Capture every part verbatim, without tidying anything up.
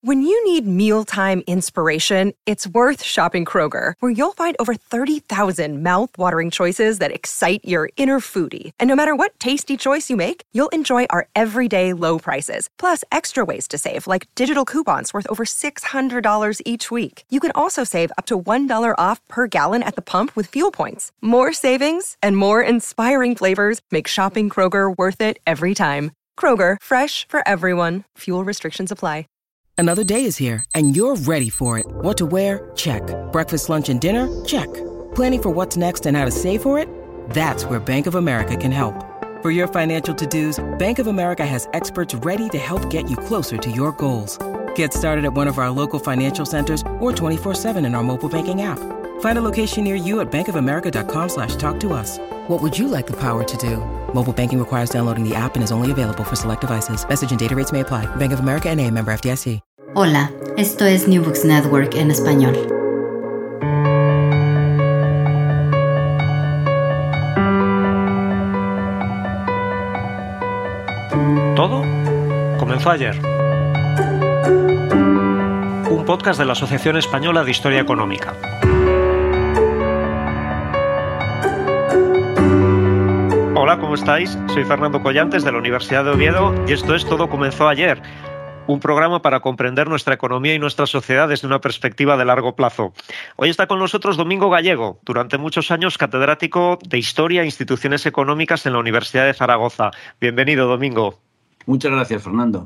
When you need mealtime inspiration, it's worth shopping Kroger, where you'll find over thirty thousand mouth-watering choices that excite your inner foodie. And no matter what tasty choice you make, you'll enjoy our everyday low prices, plus extra ways to save, like digital coupons worth over six hundred dollars each week. You can also save up to one dollar off per gallon at the pump with fuel points. More savings and more inspiring flavors make shopping Kroger worth it every time. Kroger, fresh for everyone. Fuel restrictions apply. Another day is here, and you're ready for it. What to wear? Check. Breakfast, lunch, and dinner? Check. Planning for what's next and how to save for it? That's where Bank of America can help. For your financial to-dos, Bank of America has experts ready to help get you closer to your goals. Get started at one of our local financial centers or twenty-four seven in our mobile banking app. Find a location near you at bankofamerica.com slash talk to us. What would you like the power to do? Mobile banking requires downloading the app and is only available for select devices. Message and data rates may apply. Bank of America N A, member F D I C. Hola, esto es New Books Network en español. Todo comenzó ayer. Un podcast de la Asociación Española de Historia Económica. Hola, ¿cómo estáis? Soy Fernando Collantes de la Universidad de Oviedo y esto es Todo comenzó ayer. Un programa para comprender nuestra economía y nuestra sociedad desde una perspectiva de largo plazo. Hoy está con nosotros Domingo Gallego, durante muchos años catedrático de Historia e Instituciones Económicas en la Universidad de Zaragoza. Bienvenido, Domingo. Muchas gracias, Fernando.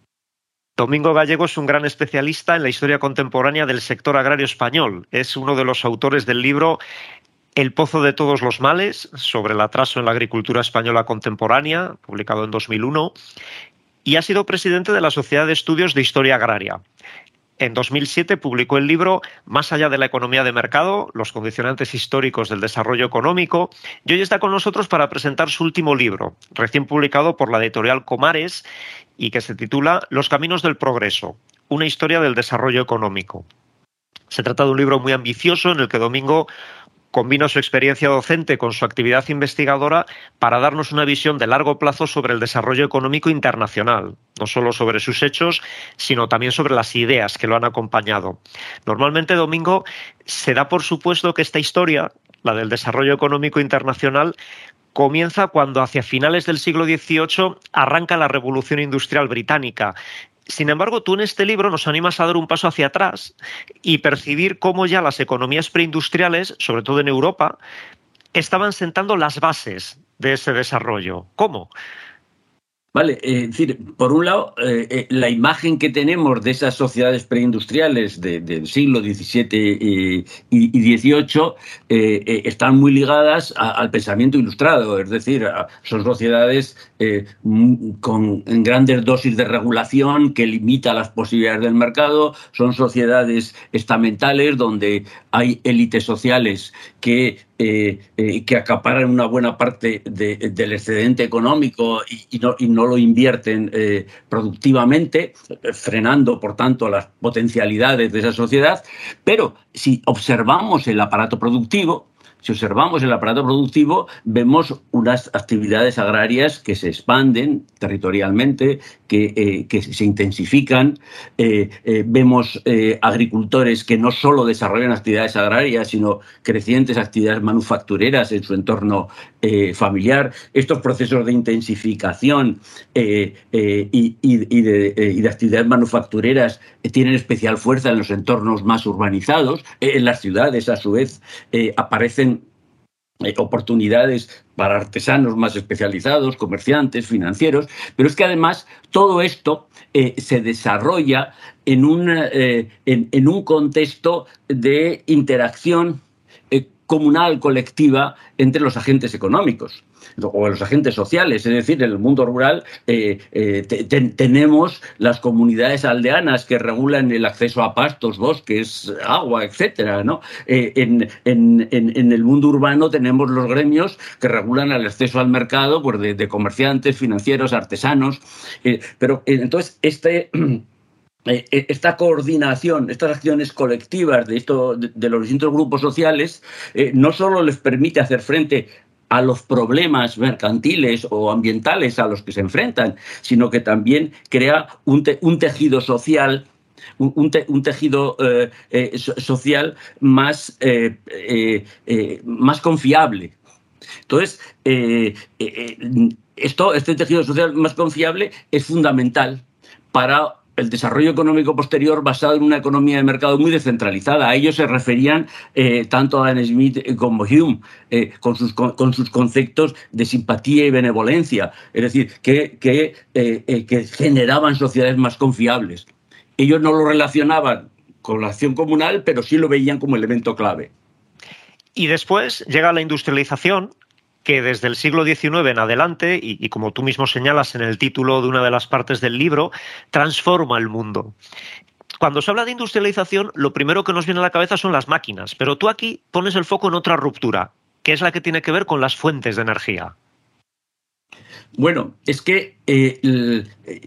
Domingo Gallego es un gran especialista en la historia contemporánea del sector agrario español. Es uno de los autores del libro El pozo de todos los males, sobre el atraso en la agricultura española contemporánea, publicado en dos mil uno, y ha sido presidente de la Sociedad de Estudios de Historia Agraria. En dos mil siete publicó el libro Más allá de la economía de mercado, los condicionantes históricos del desarrollo económico, y hoy está con nosotros para presentar su último libro, recién publicado por la editorial Comares, y que se titula Los caminos del progreso, una historia del desarrollo económico. Se trata de un libro muy ambicioso en el que Domingo combina su experiencia docente con su actividad investigadora para darnos una visión de largo plazo sobre el desarrollo económico internacional, no solo sobre sus hechos, sino también sobre las ideas que lo han acompañado. Normalmente, Domingo, se da por supuesto que esta historia, la del desarrollo económico internacional, comienza cuando hacia finales del siglo dieciocho arranca la Revolución Industrial Británica. Sin embargo, tú en este libro nos animas a dar un paso hacia atrás y percibir cómo ya las economías preindustriales, sobre todo en Europa, estaban sentando las bases de ese desarrollo. ¿Cómo? Vale, eh, es decir, por un lado, eh, eh, la imagen que tenemos de esas sociedades preindustriales de, del siglo diecisiete y, y dieciocho eh, eh, están muy ligadas a, al pensamiento ilustrado, es decir, a, son sociedades eh, con grandes dosis de regulación que limita las posibilidades del mercado, son sociedades estamentales donde hay élites sociales que Eh, eh, que acaparan una buena parte de, del excedente económico y, y, no, y no lo invierten eh, productivamente, frenando, por tanto, las potencialidades de esa sociedad. Pero si observamos el aparato productivo, Si observamos el aparato productivo, vemos unas actividades agrarias que se expanden territorialmente, que, eh, que se intensifican. Eh, eh, vemos eh, agricultores que no solo desarrollan actividades agrarias, sino crecientes actividades manufactureras en su entorno eh, familiar. Estos procesos de intensificación eh, eh, y, y, y, de, eh, y de actividades manufactureras eh, tienen especial fuerza en los entornos más urbanizados. Eh, en las ciudades, a su vez, eh, aparecen Eh, oportunidades para artesanos más especializados, comerciantes, financieros, pero es que además todo esto eh, se desarrolla en un, eh, en, en un contexto de interacción eh, comunal, colectiva, entre los agentes económicos o los agentes sociales. Es decir, en el mundo rural eh, eh, te, te, tenemos las comunidades aldeanas que regulan el acceso a pastos, bosques, agua, etcétera, ¿no? Eh, en, en, en, en el mundo urbano tenemos los gremios que regulan el acceso al mercado, pues, de, de comerciantes, financieros, artesanos. Eh, pero eh, entonces este... Esta coordinación, estas acciones colectivas de, esto, de los distintos grupos sociales eh, no solo les permite hacer frente a los problemas mercantiles o ambientales a los que se enfrentan, sino que también crea un, te, un tejido social un, un, te, un tejido eh, eh, social más, eh, eh, eh, más confiable. Entonces, eh, eh, esto, este tejido social más confiable es fundamental para el desarrollo económico posterior basado en una economía de mercado muy descentralizada. A ello se referían eh, tanto Adam Smith como Hume, eh, con, sus, con, con sus conceptos de simpatía y benevolencia, es decir, que, que, eh, eh, que generaban sociedades más confiables. Ellos no lo relacionaban con la acción comunal, pero sí lo veían como elemento clave. Y después llega la industrialización, que desde el siglo diecinueve en adelante, y, y como tú mismo señalas en el título de una de las partes del libro, transforma el mundo. Cuando se habla de industrialización, lo primero que nos viene a la cabeza son las máquinas, pero tú aquí pones el foco en otra ruptura, que es la que tiene que ver con las fuentes de energía. Bueno, es que eh, el,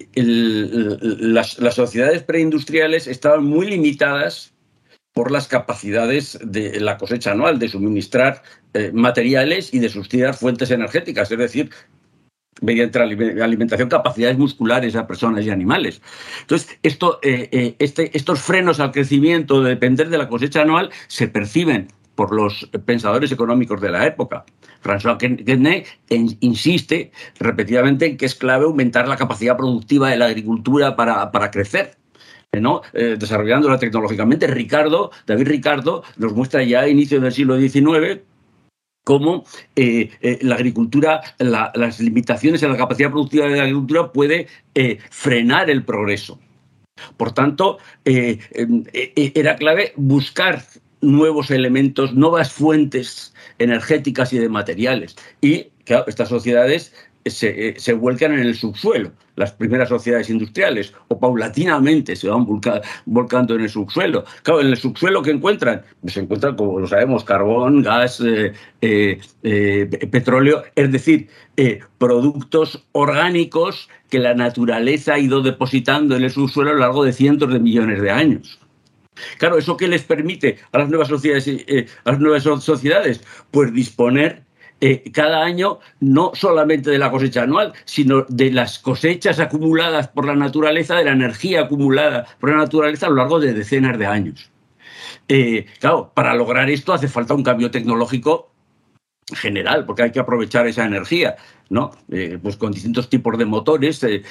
el, las, las sociedades preindustriales estaban muy limitadas por las capacidades de la cosecha anual, de suministrar eh, materiales y de sustituir fuentes energéticas, es decir, mediante la alimentación, capacidades musculares a personas y animales. Entonces, esto, eh, eh, este, estos frenos al crecimiento de depender de la cosecha anual se perciben por los pensadores económicos de la época. François Quesnay insiste repetidamente en que es clave aumentar la capacidad productiva de la agricultura para, para crecer, ¿no? Eh, desarrollándola tecnológicamente. Ricardo, David Ricardo, nos muestra ya a inicios del siglo diecinueve cómo eh, eh, la agricultura, la, las limitaciones en la capacidad productiva de la agricultura puede eh, frenar el progreso. Por tanto, eh, eh, era clave buscar nuevos elementos, nuevas fuentes energéticas y de materiales. Y, claro, estas sociedades se, eh, se vuelcan en el subsuelo, las primeras sociedades industriales, o paulatinamente se van volca, volcando en el subsuelo. Claro, en el subsuelo, ¿qué encuentran? Se encuentran, como lo sabemos, carbón, gas, eh, eh, eh, petróleo, es decir, eh, productos orgánicos que la naturaleza ha ido depositando en el subsuelo a lo largo de cientos de millones de años. Claro, ¿eso qué les permite a las nuevas sociedades? Eh, a las nuevas sociedades? Pues disponer eh, cada año no solamente de la cosecha anual, sino de las cosechas acumuladas por la naturaleza, de la energía acumulada por la naturaleza a lo largo de decenas de años. Eh, claro, para lograr esto hace falta un cambio tecnológico general, porque hay que aprovechar esa energía, ¿no? Eh, pues con distintos tipos de motores. Eh,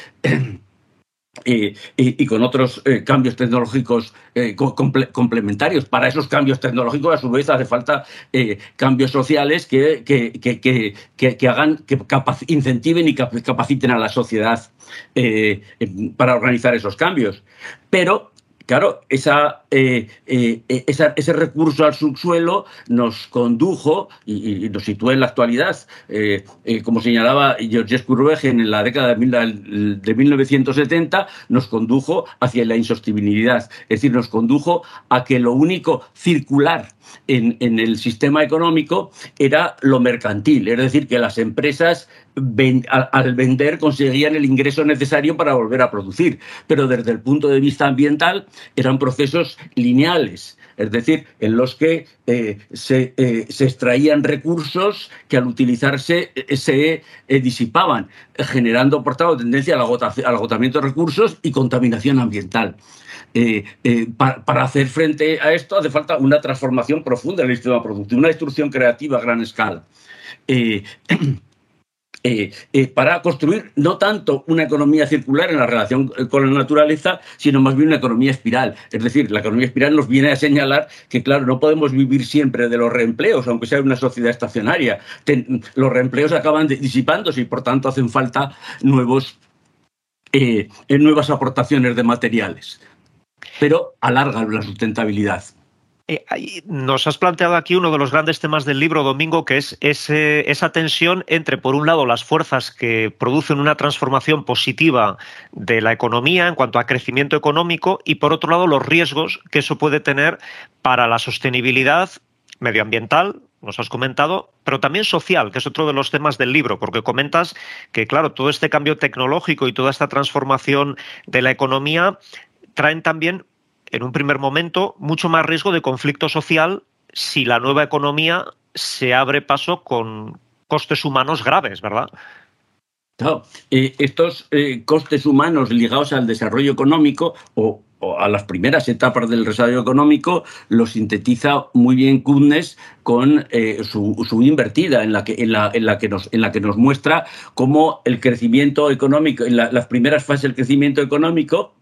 Eh, y, y con otros eh, cambios tecnológicos eh, comple complementarios. Para esos cambios tecnológicos, a su vez, hace falta eh, cambios sociales que, que, que, que, que, que hagan, que incentiven y capaciten a la sociedad eh, para organizar esos cambios. Pero claro, esa, eh, eh, esa, ese recurso al subsuelo nos condujo y, y nos sitúa en la actualidad. Eh, eh, como señalaba Georges Courbet en la década de, de mil novecientos setenta, nos condujo hacia la insostenibilidad. Es decir, nos condujo a que lo único circular en, en el sistema económico era lo mercantil. Es decir, que las empresas ven, al, al vender conseguían el ingreso necesario para volver a producir. Pero desde el punto de vista ambiental, eran procesos lineales, es decir, en los que eh, se, eh, se extraían recursos que al utilizarse eh, se eh, disipaban, generando, por tanto, tendencia al, al agotamiento de recursos y contaminación ambiental. Eh, eh, para, para hacer frente a esto hace falta una transformación profunda del sistema productivo, una destrucción creativa a gran escala. Eh, Eh, eh, para construir no tanto una economía circular en la relación con la naturaleza, sino más bien una economía espiral. Es decir, la economía espiral nos viene a señalar que, claro, no podemos vivir siempre de los reempleos, aunque sea una sociedad estacionaria. Ten, los reempleos acaban disipándose y, por tanto, hacen falta nuevos, eh, nuevas aportaciones de materiales. Pero alargan la sustentabilidad. Eh, nos has planteado aquí uno de los grandes temas del libro, Domingo, que es ese, esa tensión entre, por un lado, las fuerzas que producen una transformación positiva de la economía en cuanto a crecimiento económico y, por otro lado, los riesgos que eso puede tener para la sostenibilidad medioambiental, nos has comentado, pero también social, que es otro de los temas del libro, porque comentas que, claro, todo este cambio tecnológico y toda esta transformación de la economía traen también, en un primer momento, mucho más riesgo de conflicto social si la nueva economía se abre paso con costes humanos graves, ¿verdad? Claro, eh, estos eh, costes humanos ligados al desarrollo económico o, a las primeras etapas del desarrollo económico lo sintetiza muy bien Koundés con eh, su, su invertida, en la que, en la, en la que, nos, en la que nos muestra cómo el crecimiento económico, en la, las primeras fases del crecimiento económico,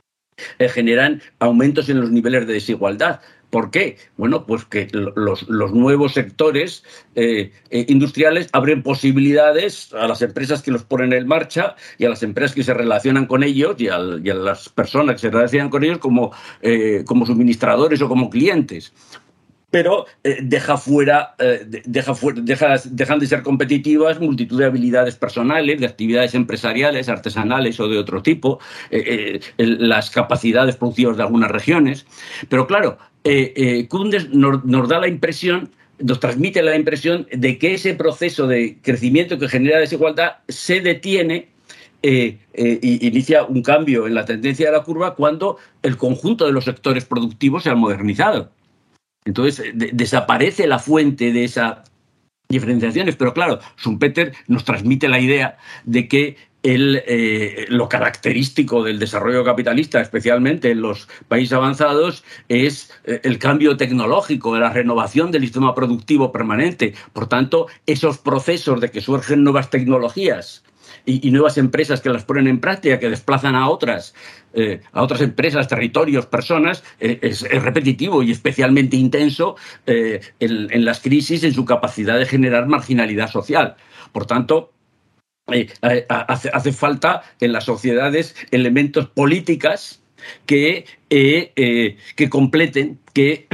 eh, generan aumentos en los niveles de desigualdad. ¿Por qué? Bueno, pues que los, los nuevos sectores eh, eh, industriales abren posibilidades a las empresas que los ponen en marcha y a las empresas que se relacionan con ellos y, al, y a las personas que se relacionan con ellos como, eh, como suministradores o como clientes. Pero eh, deja fuera, eh, deja fuera deja, dejan de ser competitivas multitud de habilidades personales, de actividades empresariales, artesanales o de otro tipo, eh, eh, las capacidades productivas de algunas regiones. Pero claro, eh, eh, Koundés nos, nos da la impresión, nos transmite la impresión de que ese proceso de crecimiento que genera desigualdad se detiene, eh, eh, y inicia un cambio en la tendencia de la curva cuando el conjunto de los sectores productivos se han modernizado. Entonces, de, desaparece la fuente de esas diferenciaciones. Pero claro, Schumpeter nos transmite la idea de que el, eh, lo característico del desarrollo capitalista, especialmente en los países avanzados, es eh, el cambio tecnológico, la renovación del sistema productivo permanente. Por tanto, esos procesos de que surgen nuevas tecnologías y, y nuevas empresas que las ponen en práctica, que desplazan a otras, eh, a otras empresas, territorios, personas, eh, es, es repetitivo y especialmente intenso eh, en, en las crisis, en su capacidad de generar marginalidad social. Por tanto, eh, eh, hace, hace falta en las sociedades elementos políticas que, eh, eh, que completen, que,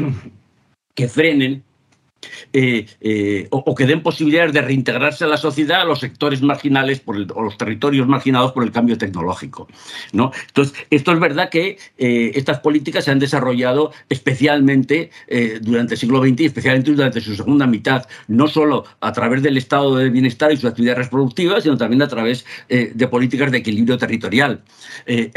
que frenen, Eh, eh, o, o que den posibilidades de reintegrarse a la sociedad a los sectores marginales por el, o los territorios marginados por el cambio tecnológico, ¿no? Entonces, esto es verdad que eh, estas políticas se han desarrollado especialmente eh, durante el siglo veinte y especialmente durante su segunda mitad, no solo a través del estado de bienestar y sus actividades reproductivas, sino también a través eh, de políticas de equilibrio territorial. Eh,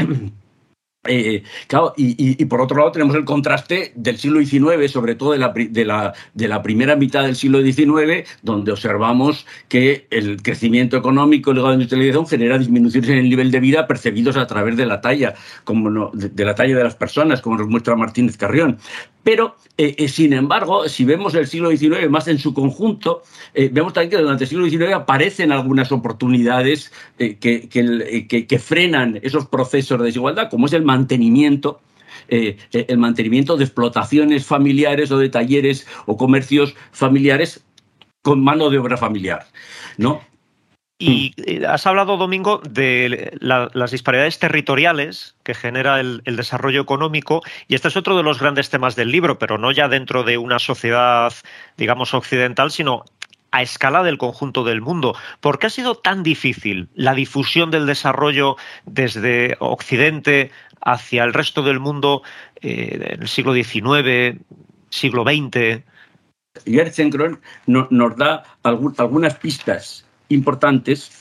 Eh, claro, y, y, y por otro lado tenemos el contraste del siglo diecinueve, sobre todo de la, de, la, de la primera mitad del siglo diecinueve, donde observamos que el crecimiento económico y la industrialización genera disminuciones en el nivel de vida percibidos a través de la talla, como no, de, de la talla de las personas, como nos muestra Martínez Carrión. Pero, eh, eh, sin embargo, si vemos el siglo diecinueve más en su conjunto, eh, vemos también que durante el siglo diecinueve aparecen algunas oportunidades eh, que, que, que, que frenan esos procesos de desigualdad, como es el mantenimiento, eh, el mantenimiento de explotaciones familiares o de talleres o comercios familiares con mano de obra familiar, ¿no? Y has hablado, Domingo, de la, las disparidades territoriales que genera el, el desarrollo económico, y este es otro de los grandes temas del libro, pero no ya dentro de una sociedad, digamos, occidental, sino a escala del conjunto del mundo. ¿Por qué ha sido tan difícil la difusión del desarrollo desde Occidente hacia el resto del mundo eh, en el siglo diecinueve, siglo veinte? Gerschenkron no, nos da algún, algunas pistas importantes,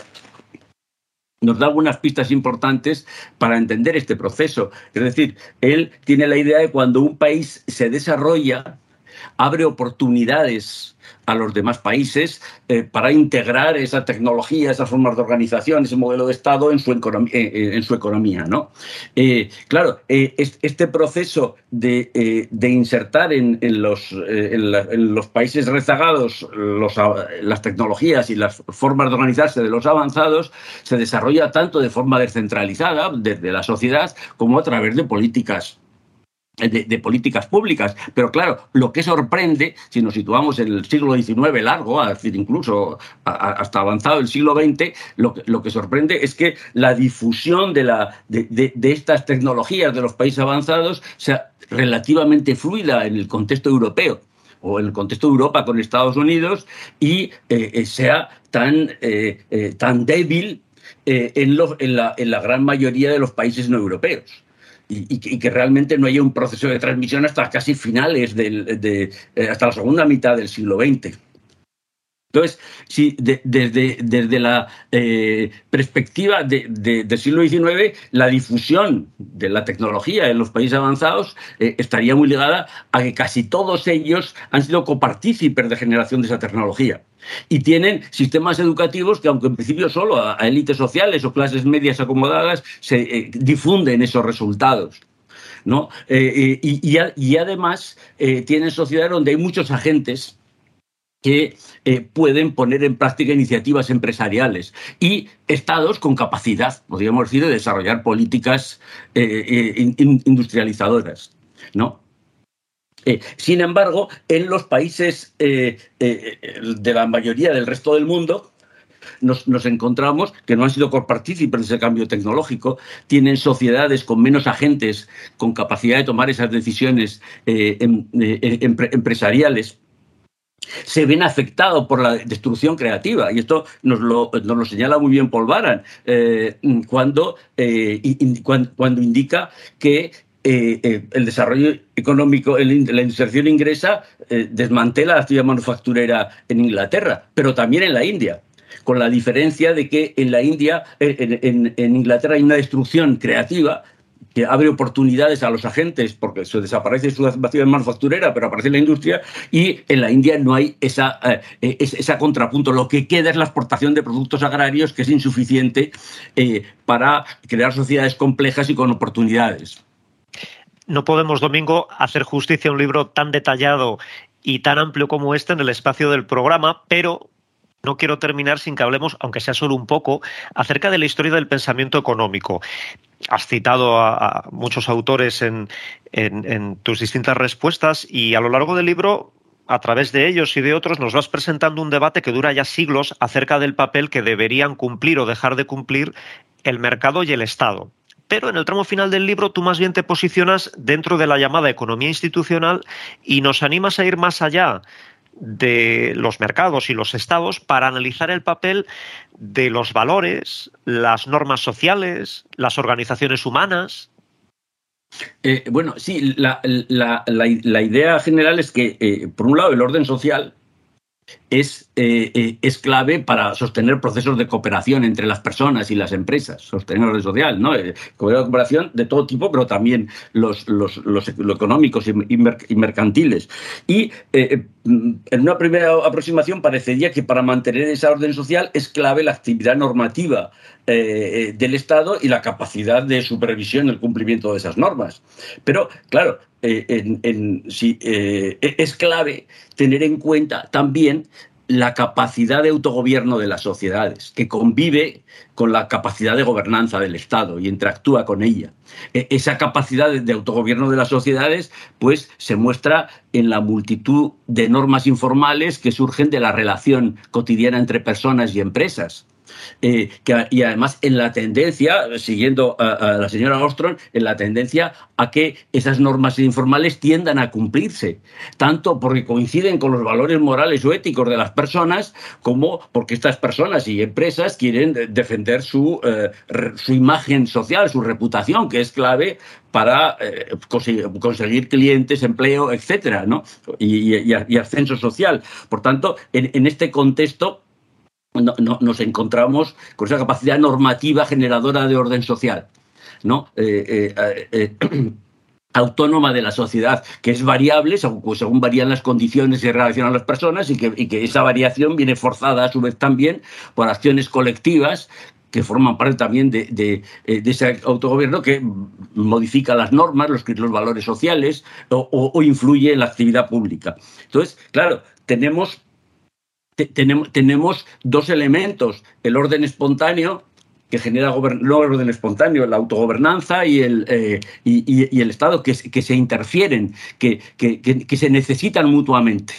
nos da algunas pistas importantes para entender este proceso. Es decir, él tiene la idea de cuando un país se desarrolla, abre oportunidades a los demás países eh, para integrar esa tecnología, esas formas de organización, ese modelo de Estado en su, economía, eh, en su economía, ¿no? Eh, claro, eh, este proceso de, eh, de insertar en, en, los, eh, en, la, en los países rezagados los, las tecnologías y las formas de organizarse de los avanzados se desarrolla tanto de forma descentralizada desde la sociedad como a través de políticas De, de políticas públicas. Pero claro, lo que sorprende, si nos situamos en el siglo diecinueve largo, es decir, incluso a, a, hasta avanzado el siglo veinte, lo que, lo que sorprende es que la difusión de, la, de, de, de estas tecnologías de los países avanzados sea relativamente fluida en el contexto europeo o en el contexto de Europa con Estados Unidos y eh, sea tan, eh, eh, tan débil eh, en, lo, en, la, en la gran mayoría de los países no europeos. Y, y, que, y que realmente no haya un proceso de transmisión hasta casi finales, del, de, eh, hasta la segunda mitad del siglo veinte. Entonces, si de, desde, desde la eh, perspectiva de, de, del siglo diecinueve, la difusión de la tecnología en los países avanzados eh, estaría muy ligada a que casi todos ellos han sido copartícipes de generación de esa tecnología. Y tienen sistemas educativos que, aunque en principio solo a, a élites sociales o clases medias acomodadas, se eh, difunden esos resultados. ¿no? Eh, y, y, y además eh, tienen sociedades donde hay muchos agentes que eh, pueden poner en práctica iniciativas empresariales y estados con capacidad, podríamos decir, de desarrollar políticas eh, eh, in, industrializadoras, ¿no? Eh, sin embargo, en los países eh, eh, de la mayoría del resto del mundo, Nos, nos encontramos que no han sido copartícipes de ese cambio tecnológico, tienen sociedades con menos agentes, con capacidad de tomar esas decisiones eh, em, eh, empre, empresariales, se ven afectados por la destrucción creativa. Y esto nos lo, nos lo señala muy bien Paul Baran, eh, cuando, eh, in, cuando, cuando indica que Eh, eh, el desarrollo económico, el, la inserción ingresa, eh, desmantela la actividad manufacturera en Inglaterra, pero también en la India, con la diferencia de que en la India, en, en, en Inglaterra hay una destrucción creativa que abre oportunidades a los agentes porque se desaparece su actividad manufacturera, pero aparece la industria, y en la India no hay esa, eh, esa contrapunto. Lo que queda es la exportación de productos agrarios, que es insuficiente eh, para crear sociedades complejas y con oportunidades. No podemos, Domingo, hacer justicia a un libro tan detallado y tan amplio como este en el espacio del programa, pero no quiero terminar sin que hablemos, aunque sea solo un poco, acerca de la historia del pensamiento económico. Has citado a, a muchos autores en, en, en tus distintas respuestas y a lo largo del libro, a través de ellos y de otros, nos vas presentando un debate que dura ya siglos acerca del papel que deberían cumplir o dejar de cumplir el mercado y el Estado. Pero en el tramo final del libro tú más bien te posicionas dentro de la llamada economía institucional y nos animas a ir más allá de los mercados y los estados para analizar el papel de los valores, las normas sociales, las organizaciones humanas. Eh, bueno, sí, la, la, la, la idea general es que, eh, por un lado, el orden social Es, eh, eh, es clave para sostener procesos de cooperación entre las personas y las empresas, sostener el orden social, ¿no? Eh, cooperación de todo tipo, pero también los, los, los, los económicos y, mer y mercantiles. Y eh, en una primera aproximación parecería que para mantener esa orden social es clave la actividad normativa eh, del Estado y la capacidad de supervisión del cumplimiento de esas normas. Pero, claro, eh, en, en, sí, eh, es clave tener en cuenta también la capacidad de autogobierno de las sociedades, que convive con la capacidad de gobernanza del Estado y interactúa con ella. Esa capacidad de autogobierno de las sociedades, pues, se muestra en la multitud de normas informales que surgen de la relación cotidiana entre personas y empresas. Eh, que, y además en la tendencia, siguiendo a, a la señora Ostrom, en la tendencia a que esas normas informales tiendan a cumplirse, tanto porque coinciden con los valores morales o éticos de las personas, como porque estas personas y empresas quieren defender su, eh, su imagen social, su reputación, que es clave para eh, conseguir, conseguir clientes, empleo, etcétera, ¿no? y, y, y ascenso social. Por tanto, en, en este contexto, No, no, nos encontramos con esa capacidad normativa generadora de orden social, ¿no? Eh, eh, eh, autónoma de la sociedad, que es variable según, según varían las condiciones y relacionan las personas, y que, y que esa variación viene forzada a su vez también por acciones colectivas que forman parte también de, de, de ese autogobierno que modifica las normas, los, los valores sociales o, o, o influye en la actividad pública. Entonces, claro, tenemos... Tenemos, tenemos dos elementos: el orden espontáneo, que genera no el orden espontáneo, la autogobernanza y el, eh, y, y, y el Estado, que, que se interfieren, que, que, que, que se necesitan mutuamente.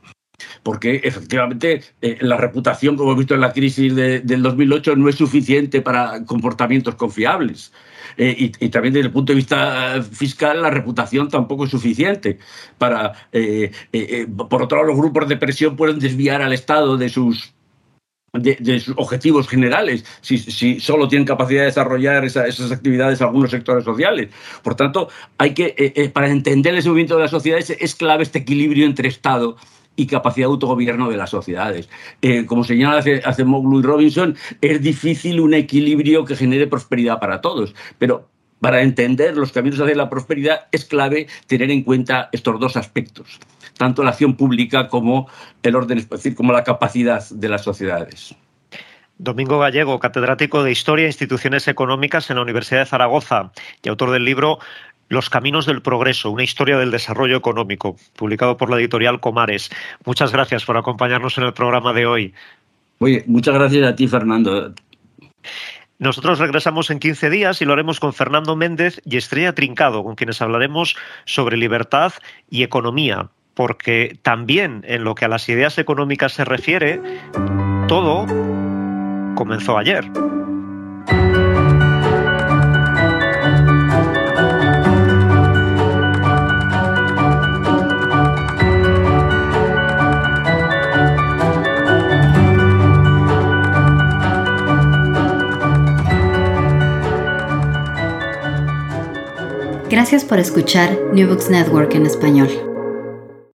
Porque efectivamente eh, la reputación, como hemos visto en la crisis de, del dos mil ocho, no es suficiente para comportamientos confiables. Eh, y, y también desde el punto de vista fiscal, la reputación tampoco es suficiente para... Eh, eh, por otro lado, los grupos de presión pueden desviar al Estado de sus... De, de sus objetivos generales, si, si solo tienen capacidad de desarrollar esa, esas actividades algunos sectores sociales. Por tanto, hay que eh, eh, para entender ese movimiento de las sociedades es clave este equilibrio entre Estado y capacidad de autogobierno de las sociedades. Eh, como señala Acemoglu y Robinson, es difícil un equilibrio que genere prosperidad para todos, pero para entender los caminos hacia la prosperidad es clave tener en cuenta estos dos aspectos, tanto la acción pública como el orden, es decir, como la capacidad de las sociedades. Domingo Gallego, catedrático de Historia e Instituciones Económicas en la Universidad de Zaragoza y autor del libro Los caminos del progreso, una historia del desarrollo económico, publicado por la editorial Comares. Muchas gracias por acompañarnos en el programa de hoy. Oye, muchas gracias a ti, Fernando. Nosotros regresamos en quince días y lo haremos con Fernando Méndez y Estrella Trincado, con quienes hablaremos sobre libertad y economía, porque también en lo que a las ideas económicas se refiere, todo comenzó ayer. Gracias por escuchar New Books Network en español.